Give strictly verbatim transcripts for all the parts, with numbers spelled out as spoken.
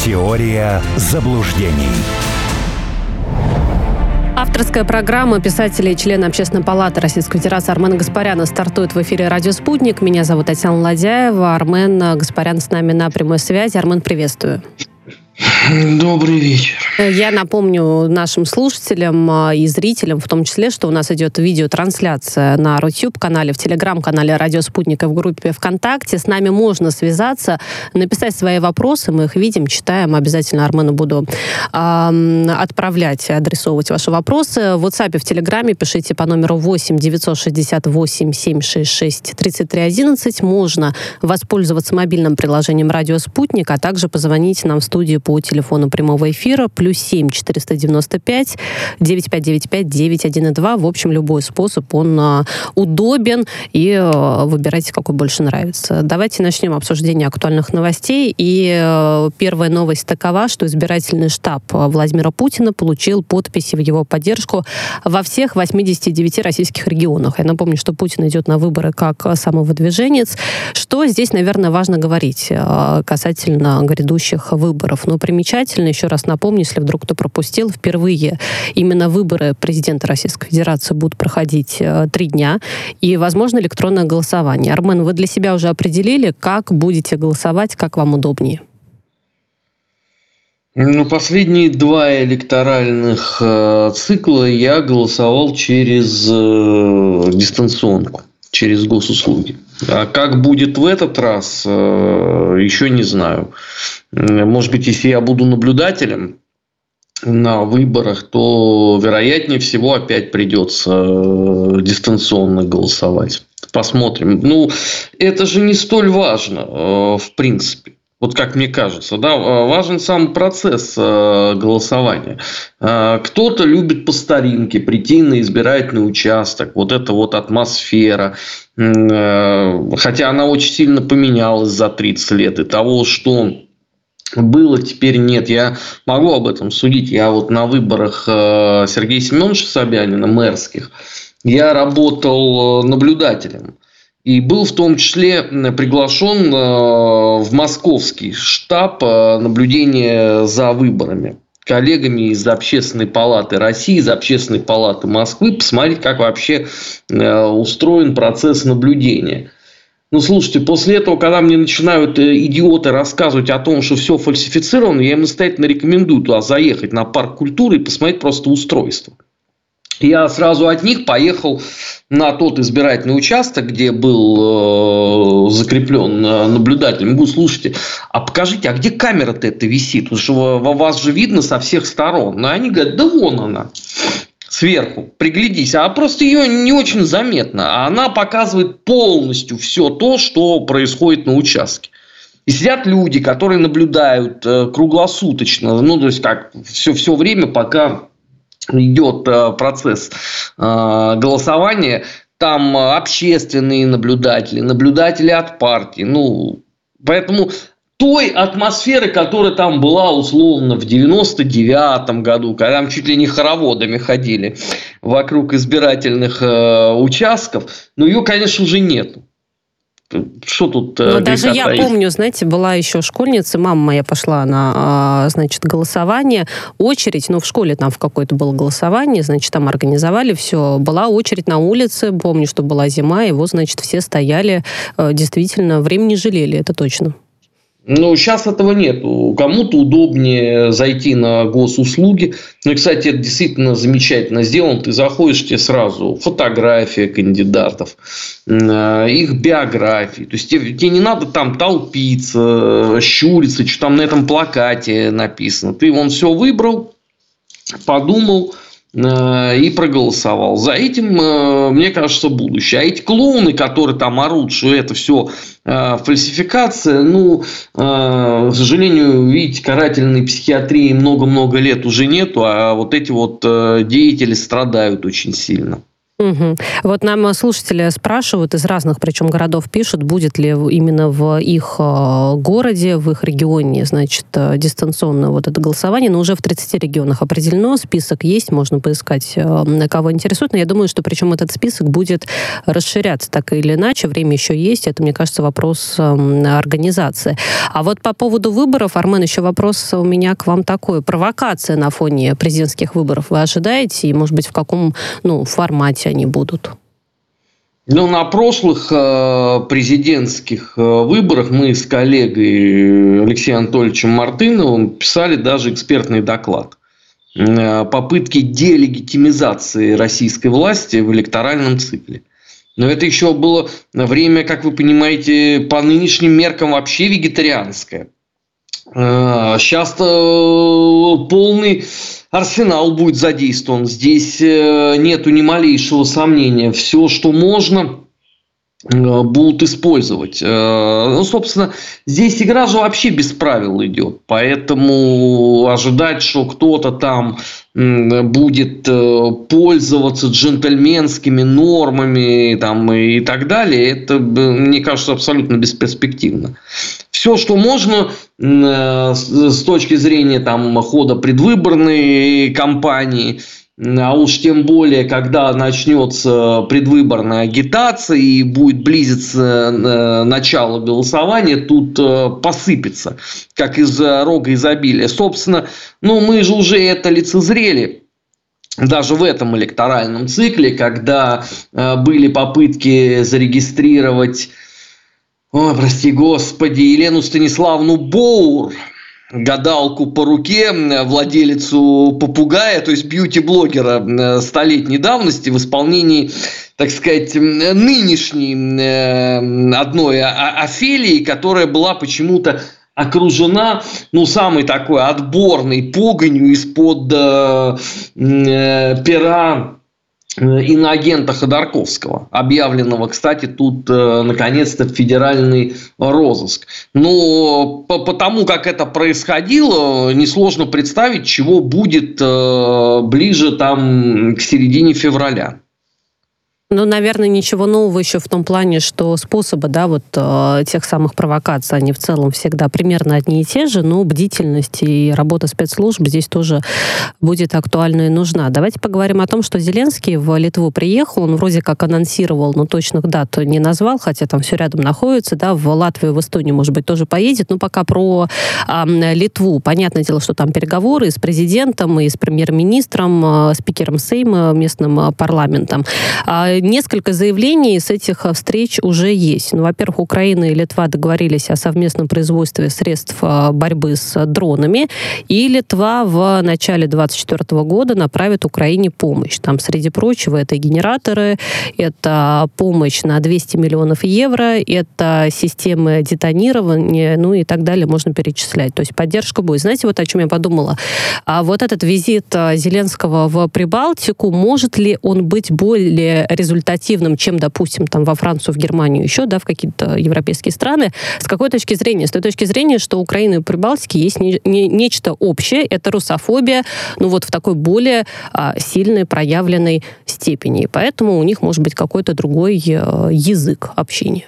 Теория заблуждений. Авторская программа писателя и члена Общественной палаты Российской Федерации Армена Гаспаряна стартует в эфире «Радио Спутник». Меня зовут Татьяна Ладяева. Армен Гаспарян с нами на прямой связи. Армен, приветствую. Добрый вечер. Я напомню нашим слушателям и зрителям, в том числе, что у нас идет видеотрансляция на Рутюб-канале, в Телеграм-канале «Радио Спутник» и в группе ВКонтакте. С нами можно связаться, написать свои вопросы. Мы их видим, читаем. Обязательно Армену буду э, отправлять, адресовывать ваши вопросы. В WhatsApp и в Телеграме пишите по номеру восемь девятьсот шестьдесят восемь семьсот шестьдесят шесть тридцать три одиннадцать. Можно воспользоваться мобильным приложением «Радио Спутник», а также позвонить нам в студию по телефону прямого эфира плюс семь четыреста девяносто пять девятьсот девяносто пять девятьсот двадцать. В общем, любой способ, он а, удобен, и а, выбирайте, какой больше нравится. Давайте начнем обсуждение актуальных новостей. И а, первая новость такова, что избирательный штаб Владимира Путина получил подписи в его поддержку во всех восьмидесяти девяти российских регионах. Я напомню, что Путин идет на выборы как самовыдвиженец. Что здесь, наверное, важно говорить а, касательно грядущих выборов? Ну, примечательно, еще раз напомню, если вдруг кто пропустил, впервые именно выборы президента Российской Федерации будут проходить э, три дня, и, возможно, электронное голосование. Армен, вы для себя уже определили, как будете голосовать, как вам удобнее? Ну, последние два электоральных э, цикла я голосовал через э, дистанционку, через госуслуги. А как будет в этот раз, э, еще не знаю. Может быть, если я буду наблюдателем на выборах, то, вероятнее всего, опять придется дистанционно голосовать. Посмотрим. Ну, это же не столь важно, в принципе. Вот как мне кажется, да, важен сам процесс голосования. Кто-то любит по старинке прийти на избирательный участок. Вот это вот атмосфера. Хотя она очень сильно поменялась за тридцать лет. И того, что было, теперь нет. Я могу об этом судить. Я вот на выборах Сергея Семеновича Собянина, мэрских, я работал наблюдателем. И был в том числе приглашен в московский штаб наблюдения за выборами коллегами из Общественной палаты России, из Общественной палаты Москвы, посмотреть, как вообще устроен процесс наблюдения. Ну, слушайте, после этого, когда мне начинают идиоты рассказывать о том, что все фальсифицировано, я им настоятельно рекомендую туда заехать, на парк культуры, и посмотреть просто устройство. Я сразу от них поехал на тот избирательный участок, где был э, закреплен наблюдателем. Говорю, слушайте, а покажите, а где камера-то это висит? Потому что вас же видно со всех сторон. Но они говорят, да вон она. Сверху, приглядись, а просто ее не очень заметно. А она показывает полностью все то, что происходит на участке. И сидят люди, которые наблюдают круглосуточно, ну, то есть, как все, все время, пока идет процесс голосования. Там общественные наблюдатели, наблюдатели от партии. Ну, поэтому той атмосферы, которая там была условно в девяносто девятом году, когда там чуть ли не хороводами ходили вокруг избирательных э, участков, ну, ее, конечно, уже нет. Что тут? Ну, даже я помню, знаете, была еще школьница, мама моя пошла на, значит, голосование, очередь, ну, в школе там в какое-то было голосование, значит, там организовали все, была очередь на улице, помню, что была зима, и вот, значит, все стояли, действительно, времени жалели, это точно. Ну, сейчас этого нет. Кому-то удобнее зайти на госуслуги. Ну, и, кстати, это действительно замечательно сделано. Ты заходишь, тебе сразу фотография кандидатов, их биографии. То есть, тебе, тебе не надо там толпиться, щуриться, что там на этом плакате написано. Ты вон все выбрал, подумал и проголосовал. За этим, мне кажется, будущее. А эти клоуны, которые там орут, что это все фальсификация, ну, к сожалению, видите, карательной психиатрии много-много лет уже нету, а вот эти вот деятели страдают очень сильно. Угу. Вот нам слушатели спрашивают из разных, причем городов пишут, будет ли именно в их городе, в их регионе, значит, дистанционное вот это голосование, но уже в тридцати регионах определено, список есть, можно поискать, кого интересует, но я думаю, что причем этот список будет расширяться так или иначе, время еще есть, это, мне кажется, вопрос организации. А вот по поводу выборов, Армен, еще вопрос у меня к вам такой. Провокация на фоне президентских выборов вы ожидаете? И, может быть, в каком, ну, формате они будут? Ну, на прошлых э, президентских э, выборах мы с коллегой Алексеем Анатольевичем Мартыновым писали даже экспертный доклад. Э, попытки делегитимизации российской власти в электоральном цикле. Но это еще было время, как вы понимаете, по нынешним меркам вообще вегетарианское. Сейчас полный арсенал будет задействован. Здесь нету ни малейшего сомнения. Все, что можно, будут использовать. Ну, собственно, здесь игра же вообще без правил идет. Поэтому ожидать, что кто-то там будет пользоваться джентльменскими нормами там, и так далее, это, мне кажется, абсолютно бесперспективно. Все, что можно с точки зрения там, хода предвыборной кампании, а уж тем более, когда начнется предвыборная агитация и будет близиться начало голосования, тут посыпется, как из рога изобилия. Собственно, ну, мы же уже это лицезрели. Даже в этом электоральном цикле, когда были попытки зарегистрировать, о, прости господи, Елену Станиславовну Боур, гадалку по руке, владелицу попугая, то есть бьюти-блогера столетней давности в исполнении, так сказать, нынешней одной Офелии, которая была почему-то окружена, ну, самой такой отборной погонью из-под э, э, пера иноагента Ходорковского, объявленного, кстати, тут э, наконец-то в федеральный розыск. Но по, по тому, как это происходило, несложно представить, чего будет э, ближе там, к середине февраля. Ну, наверное, ничего нового еще в том плане, что способы, да, вот э, тех самых провокаций, они в целом всегда примерно одни и те же, но бдительность и работа спецслужб здесь тоже будет актуальна и нужна. Давайте поговорим о том, что Зеленский в Литву приехал, он вроде как анонсировал, но точных дат не назвал, хотя там все рядом находится, да, в Латвию, в Эстонию, может быть, тоже поедет, но пока про э, Литву. Понятное дело, что там переговоры и с президентом, и с премьер-министром, э, спикером Сейма, местным э, парламентом. Несколько заявлений с этих встреч уже есть. Ну, во-первых, Украина и Литва договорились о совместном производстве средств борьбы с дронами, и Литва в начале двадцать четвёртого года направит Украине помощь. Там, среди прочего, это генераторы, это помощь на двести миллионов евро, это системы детонирования, ну и так далее, можно перечислять. То есть поддержка будет. Знаете, вот о чем я подумала? А вот этот визит Зеленского в Прибалтику, может ли он быть более результативным, результативным, чем, допустим, там во Францию, в Германию еще, да, в какие-то европейские страны. С какой точки зрения? С той точки зрения, что у Украины и Прибалтики есть не, не, нечто общее, это русофобия, ну вот в такой более а, сильной, проявленной степени. И поэтому у них может быть какой-то другой а, язык общения.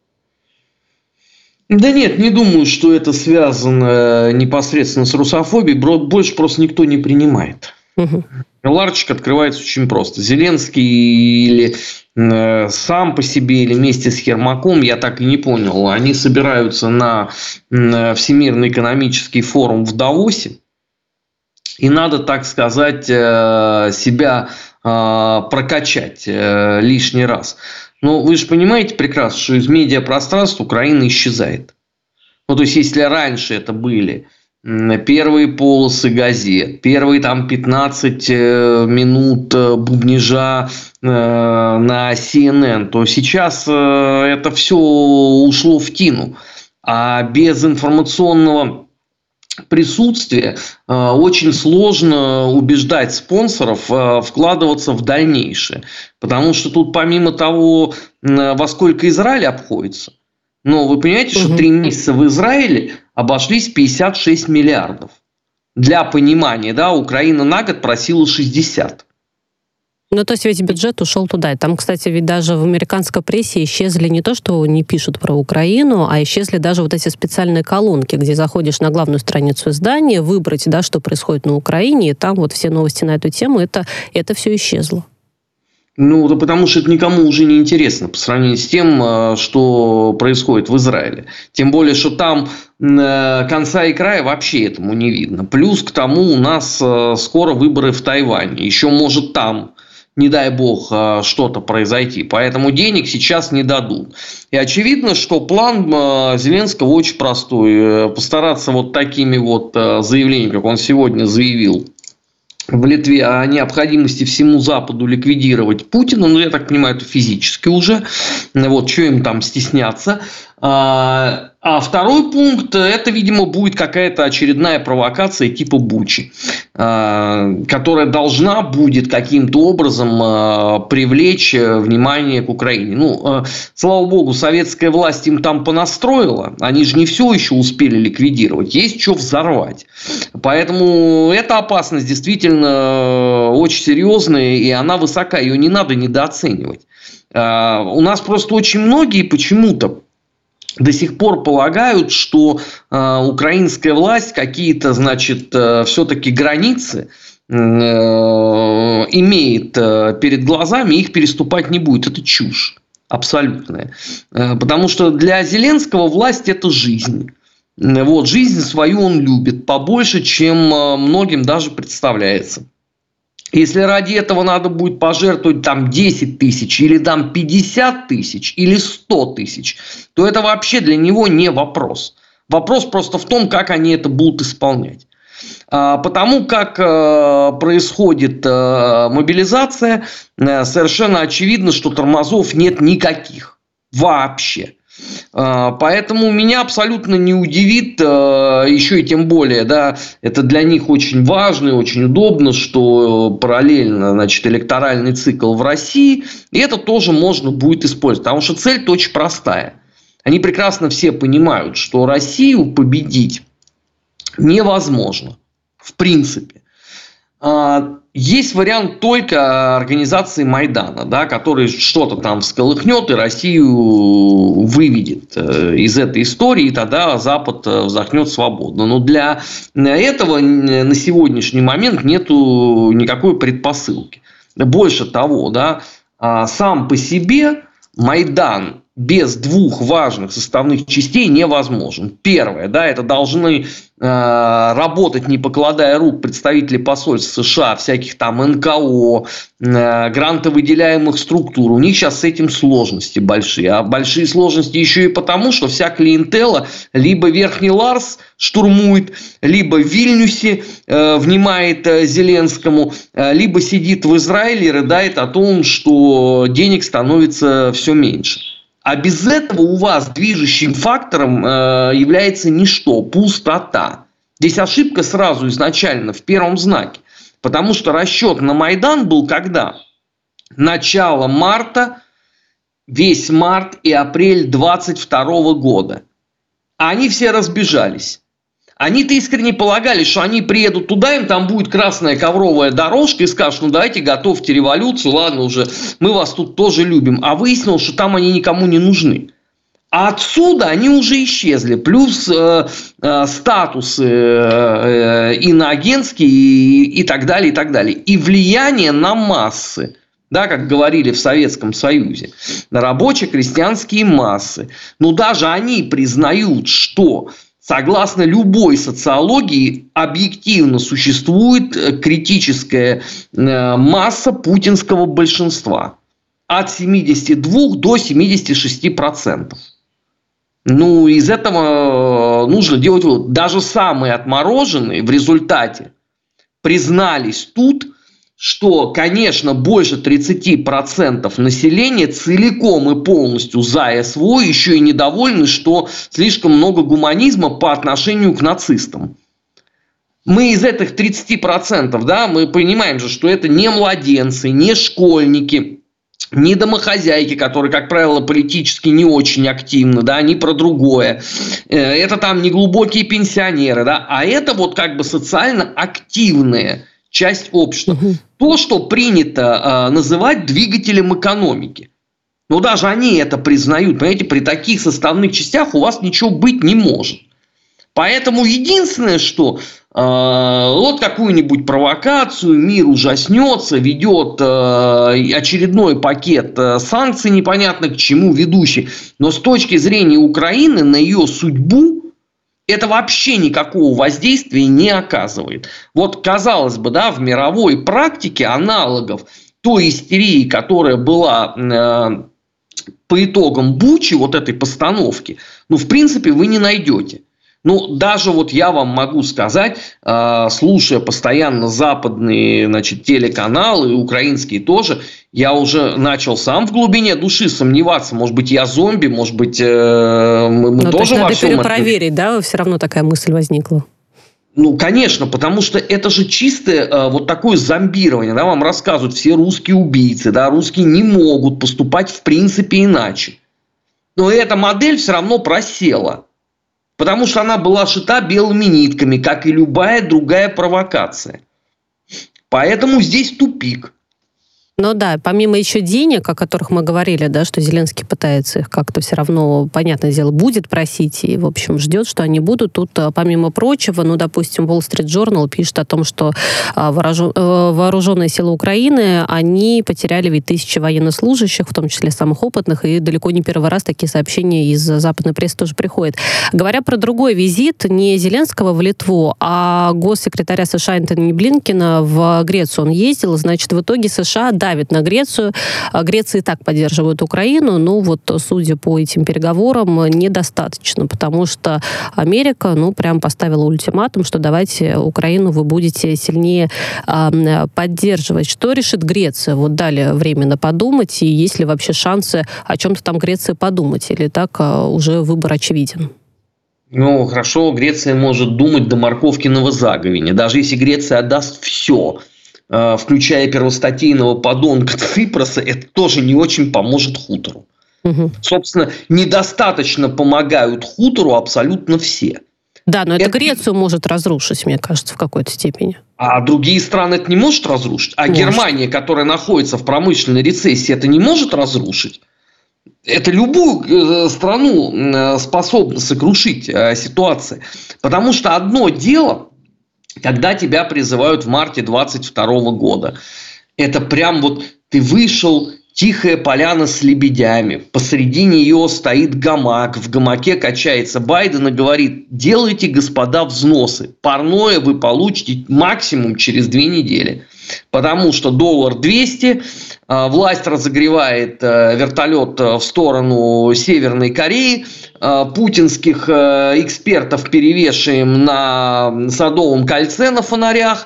Да нет, не думаю, что это связано непосредственно с русофобией. Больше просто никто не принимает. Угу. Ларчик открывается очень просто. Зеленский или э, сам по себе, или вместе с Ермаком, я так и не понял. Они собираются на э, Всемирный экономический форум в Давосе. И надо, так сказать, э, себя э, прокачать э, лишний раз. Но вы же понимаете прекрасно, что из медиапространства Украина исчезает. Ну, то есть, если раньше это были первые полосы газет, первые там пятнадцать минут бубнижа на си эн эн, то сейчас это все ушло в тину. А без информационного присутствия очень сложно убеждать спонсоров вкладываться в дальнейшее. Потому что тут помимо того, во сколько Израиль обходится, но вы понимаете, что три месяца в Израиле обошлись пятьдесят шесть миллиардов. Для понимания, да, Украина на год просила шестьдесят. Ну, то есть весь бюджет ушел туда. И там, кстати, ведь даже в американской прессе исчезли не то, что не пишут про Украину, а исчезли даже вот эти специальные колонки, где заходишь на главную страницу издания, выбрать, да, что происходит на Украине, и там вот все новости на эту тему, это, это все исчезло. Ну, да потому что это никому уже не интересно по сравнению с тем, что происходит в Израиле. Тем более, что там конца и края вообще этому не видно. Плюс к тому у нас скоро выборы в Тайване. Еще может там, не дай бог, что-то произойти. Поэтому денег сейчас не дадут. И очевидно, что план Зеленского очень простой. Постараться вот такими вот заявлениями, как он сегодня заявил в Литве, о необходимости всему Западу ликвидировать Путина, ну, я так понимаю, это физически уже, вот, что им там стесняться. А, а второй пункт, это, видимо, будет какая-то очередная провокация типа Бучи, а, которая должна будет каким-то образом а, привлечь внимание к Украине. Ну, а, слава богу, советская власть им там понастроила, они же не все еще успели ликвидировать, есть что взорвать. Поэтому эта опасность действительно очень серьезная, и она высока, ее не надо недооценивать. А, у нас просто очень многие почему-то до сих пор полагают, что э, украинская власть какие-то, значит, э, все-таки границы э, имеет э, перед глазами, их переступать не будет. Это чушь абсолютная. Э, потому что для Зеленского власть – это жизнь. Вот, жизнь свою он любит побольше, чем э, многим даже представляется. Если ради этого надо будет пожертвовать там десять тысяч, или там пятьдесят тысяч, или сто тысяч, то это вообще для него не вопрос. Вопрос просто в том, как они это будут исполнять. Потому как происходит мобилизация, совершенно очевидно, что тормозов нет никаких вообще. Поэтому меня абсолютно не удивит, еще и тем более, да, это для них очень важно и очень удобно, что параллельно, значит, электоральный цикл в России, и это тоже можно будет использовать, потому что цель-то очень простая. Они прекрасно все понимают, что Россию победить невозможно, в принципе. Есть вариант только организации Майдана, да, который что-то там всколыхнет и Россию выведет из этой истории, и тогда Запад вздохнет свободно. Но для этого на сегодняшний момент нету никакой предпосылки. Больше того, да, сам по себе Майдан без двух важных составных частей невозможен. Первое, да, это должны э, работать, не покладая рук, представители посольств США, всяких там эн ка о, э, грантовыделяемых структур. У них сейчас с этим сложности большие. А большие сложности еще и потому, что вся клиентела либо Верхний Ларс штурмует, либо в Вильнюсе э, внимает э, Зеленскому, э, либо сидит в Израиле и рыдает о том, что денег становится все меньше. А без этого у вас движущим фактором э, является ничто, пустота. Здесь ошибка сразу изначально в первом знаке. Потому что расчет на Майдан был когда? Начало марта, весь март и апрель двадцать второго года. А они все разбежались. Они-то искренне полагали, что они приедут туда, им там будет красная ковровая дорожка и скажут, ну давайте готовьте революцию, ладно уже, мы вас тут тоже любим. А выяснилось, что там они никому не нужны. А отсюда они уже исчезли. Плюс э, э, статусы э, иноагентские и, и так далее, и так далее. И влияние на массы. Да, как говорили в Советском Союзе. На рабоче-крестьянские массы. Но даже они признают, что... Согласно любой социологии, объективно существует критическая масса путинского большинства. От семидесяти двух до семидесяти шести процентов. Ну, из этого нужно делать вывод. Даже самые отмороженные в результате признались тут, что, конечно, больше тридцати процентов населения целиком и полностью за СВО, еще и недовольны, что слишком много гуманизма по отношению к нацистам. Мы из этих тридцати процентов, да, мы понимаем же, что это не младенцы, не школьники, не домохозяйки, которые, как правило, политически не очень активны, да, они про другое. Это там не глубокие пенсионеры, да, а это вот как бы социально активные часть общества. Угу. То, что принято э, называть двигателем экономики. Но даже они это признают. Понимаете, при таких составных частях у вас ничего быть не может. Поэтому единственное, что э, вот какую-нибудь провокацию, мир ужаснется, ведет э, очередной пакет э, санкций непонятно к чему ведущий. Но с точки зрения Украины на ее судьбу это вообще никакого воздействия не оказывает. Вот, казалось бы, да, в мировой практике аналогов той истерии, которая была э, по итогам Бучи, вот этой постановки, ну, в принципе, вы не найдете. Ну, даже вот я вам могу сказать, э, слушая постоянно западные, значит, телеканалы, украинские тоже, я уже начал сам в глубине души сомневаться. Может быть, я зомби, может быть, э, мы, мы ну, тоже во надо всем этом... перепроверить, да? Все равно такая мысль возникла. Ну, конечно, потому что это же чистое э, вот такое зомбирование. Да, вам рассказывают, все русские убийцы, да, русские не могут поступать в принципе иначе. Но эта модель все равно просела. Потому что она была шита белыми нитками, как и любая другая провокация. Поэтому здесь тупик. Ну да, помимо еще денег, о которых мы говорили, да, что Зеленский пытается их как-то все равно, понятное дело, будет просить и, в общем, ждет, что они будут. Тут, помимо прочего, ну, допустим, Wall Street Journal пишет о том, что вооруженные силы Украины, они потеряли ведь тысячи военнослужащих, в том числе самых опытных, и далеко не первый раз такие сообщения из западной прессы тоже приходят. Говоря про другой визит, не Зеленского в Литву, а госсекретаря США Энтони Блинкена в Грецию он ездил, значит, в итоге США, да, давит на Грецию. Греция и так поддерживает Украину, но вот, судя по этим переговорам, недостаточно, потому что Америка, ну, прям поставила ультиматум, что давайте Украину вы будете сильнее э, поддерживать. Что решит Греция? Вот дали временно подумать, и есть ли вообще шансы о чем-то там Греции подумать, или так э, уже выбор очевиден? Ну, хорошо, Греция может думать до морковки на возаговине. Даже если Греция отдаст все, включая первостатейного подонка Ципроса, это тоже не очень поможет хутору. Угу. Собственно, недостаточно помогают хутору абсолютно все. Да, но это, это Грецию может разрушить, мне кажется, в какой-то степени. А другие страны это не может разрушить. А может. Германия, которая находится в промышленной рецессии, это не может разрушить. Это любую страну способна сокрушить ситуация. Потому что одно дело, когда тебя призывают в марте двадцать второго года. Это прям вот ты вышел, тихая поляна с лебедями. Посреди нее стоит гамак. В гамаке качается Байден и говорит: делайте, господа, взносы. Парное вы получите максимум через две недели. Потому что доллар двести, власть разогревает вертолет в сторону Северной Кореи, путинских экспертов перевешиваем на Садовом кольце на фонарях,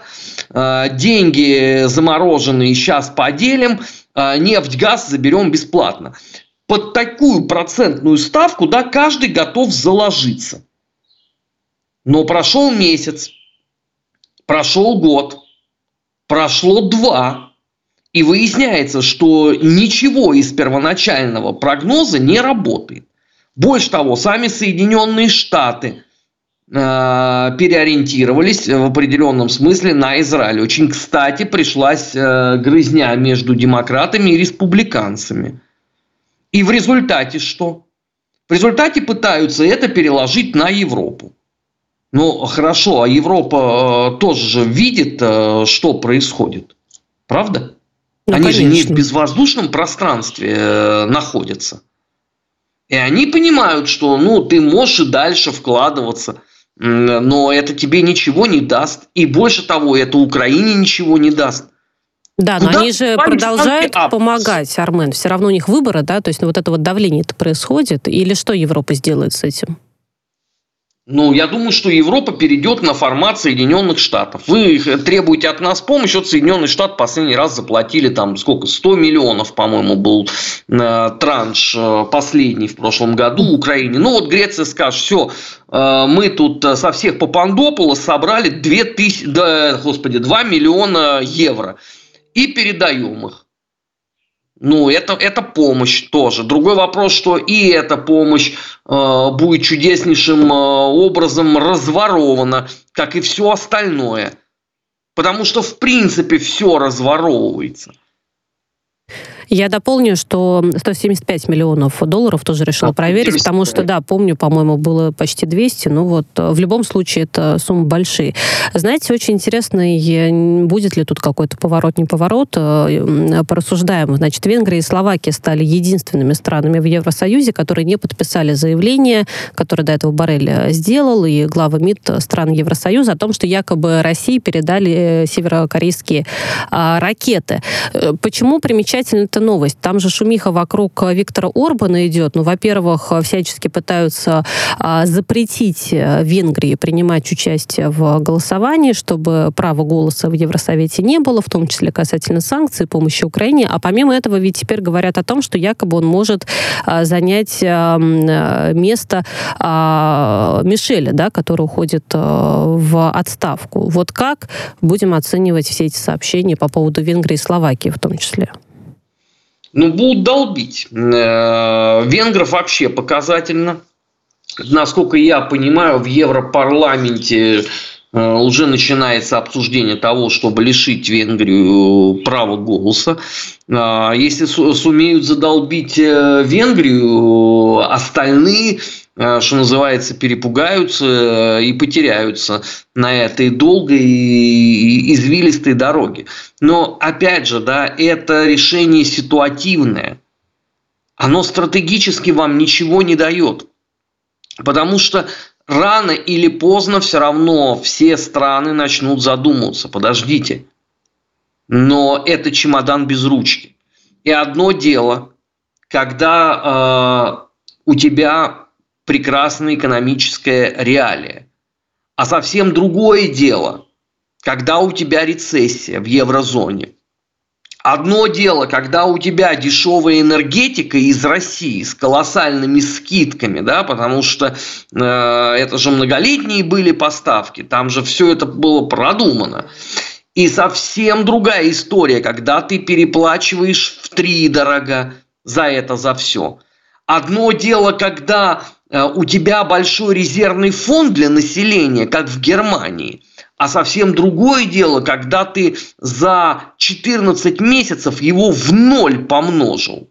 деньги замороженные сейчас поделим, нефть, газ заберем бесплатно. Под такую процентную ставку, да, каждый готов заложиться. Но прошел месяц, прошел год, прошло два, и выясняется, что ничего из первоначального прогноза не работает. Больше того, сами Соединенные Штаты э, переориентировались в определенном смысле на Израиль. Очень кстати пришлась э, грызня между демократами и республиканцами. И в результате что? В результате пытаются это переложить на Европу. Ну, хорошо, а Европа э, тоже же видит, э, что происходит. Правда? Ну, они конечно. же не в безвоздушном пространстве э, находятся. И они понимают, что ну, ты можешь и дальше вкладываться, но это тебе ничего не даст. И больше того, это Украине ничего не даст. Да, но Куда они же продолжают помогать, Армен. Все равно у них выборы, да? То есть ну, вот это вот давление-то происходит. Или что Европа сделает с этим? Ну, я думаю, что Европа перейдет на формат Соединенных Штатов. Вы требуете от нас помощи, от Соединенных Штатов последний раз заплатили там сколько, сто миллионов, по-моему, был э, транш э, последний в прошлом году Украине. Ну, вот Греция скажет: все, э, мы тут со всех Папандополос собрали две тысячи, да, господи, два миллиона евро и передаем их. Ну, это, это помощь тоже. Другой вопрос, что и эта помощь э, будет чудеснейшим э, образом разворована, как и все остальное. Потому что, в принципе, все разворовывается. Я дополню, что сто семьдесят пять миллионов долларов тоже решила да, проверить, потому что, да, помню, по-моему, было почти двести, но вот в любом случае это суммы большие. Знаете, очень интересно, будет ли тут какой-то поворот, не поворот, порассуждаем. Значит, Венгрия и Словакия стали единственными странами в Евросоюзе, которые не подписали заявление, которое до этого Боррель сделал, и главы МИД стран Евросоюза, о том, что якобы России передали северокорейские а, ракеты. Почему примечательно эта новость? Там же шумиха вокруг Виктора Орбана идет. Ну, во-первых, всячески пытаются а, запретить Венгрии принимать участие в голосовании, чтобы права голоса в Евросовете не было, в том числе касательно санкций, помощи Украине. А помимо этого ведь теперь говорят о том, что якобы он может а, занять а, место а, Мишеля, да, который уходит а, в отставку. Вот как будем оценивать все эти сообщения по поводу Венгрии и Словакии в том числе? Ну, будут долбить. Венгров вообще показательно. Насколько я понимаю, в Европарламенте уже начинается обсуждение того, чтобы лишить Венгрию права голоса. Если сумеют задолбить Венгрию, остальные, что называется, перепугаются и потеряются на этой долгой и извилистой дороге. Но, опять же, да, это решение ситуативное. Оно стратегически вам ничего не дает. Потому что рано или поздно все равно все страны начнут задумываться. Подождите. Но это чемодан без ручки. И одно дело, когда э, у тебя прекрасная экономическая реалия. А совсем другое дело, когда у тебя рецессия в еврозоне. Одно дело, когда у тебя дешевая энергетика из России с колоссальными скидками, да, потому что э, это же многолетние были поставки, там же все это было продумано. И совсем другая история, когда ты переплачиваешь втридорога за это, за все. Одно дело, когда э, у тебя большой резервный фонд для населения, как в Германии. А совсем другое дело, когда ты за четырнадцать месяцев его в ноль помножил.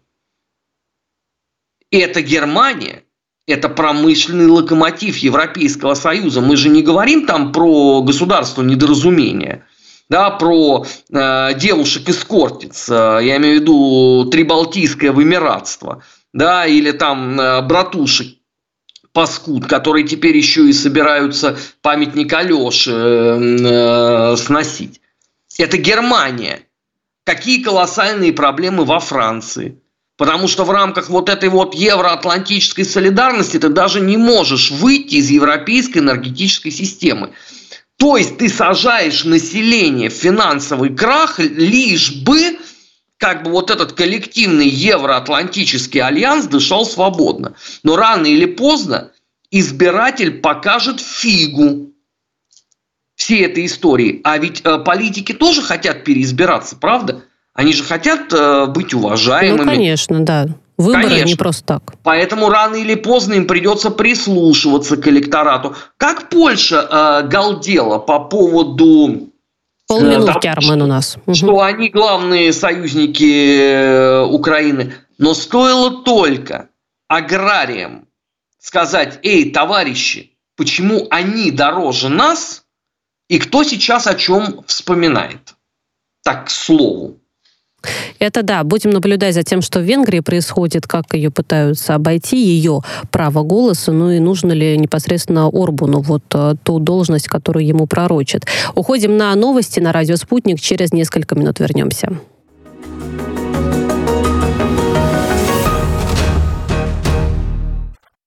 Это Германия, это промышленный локомотив Европейского Союза. Мы же не говорим там про государство недоразумения, да, про э, девушек-эскортниц, э, я имею в виду трибалтийское вымиратство, да, или там э, братушек паскуд, которые теперь еще и собираются памятник Алёше э, сносить. Это Германия. Какие колоссальные проблемы во Франции. Потому что в рамках вот этой вот евроатлантической солидарности ты даже не можешь выйти из европейской энергетической системы. То есть ты сажаешь население в финансовый крах, лишь бы как бы вот этот коллективный евроатлантический альянс дышал свободно. Но рано или поздно избиратель покажет фигу всей этой истории. А ведь э, политики тоже хотят переизбираться, правда? Они же хотят э, быть уважаемыми. Ну, конечно, да. Выборы конечно. Не просто так. Поэтому рано или поздно им придется прислушиваться к электорату. Как Польша э, галдела по поводу... Полминутки, Армен, у нас. Что угу. они главные союзники Украины. Но стоило только аграриям сказать: эй, товарищи, почему они дороже нас, и кто сейчас о чем вспоминает? Так, к слову. Это да, будем наблюдать за тем, что в Венгрии происходит, как ее пытаются обойти, ее право голоса, ну и нужно ли непосредственно Орбану вот ту должность, которую ему пророчат. Уходим на новости на радио «Спутник», через несколько минут вернемся.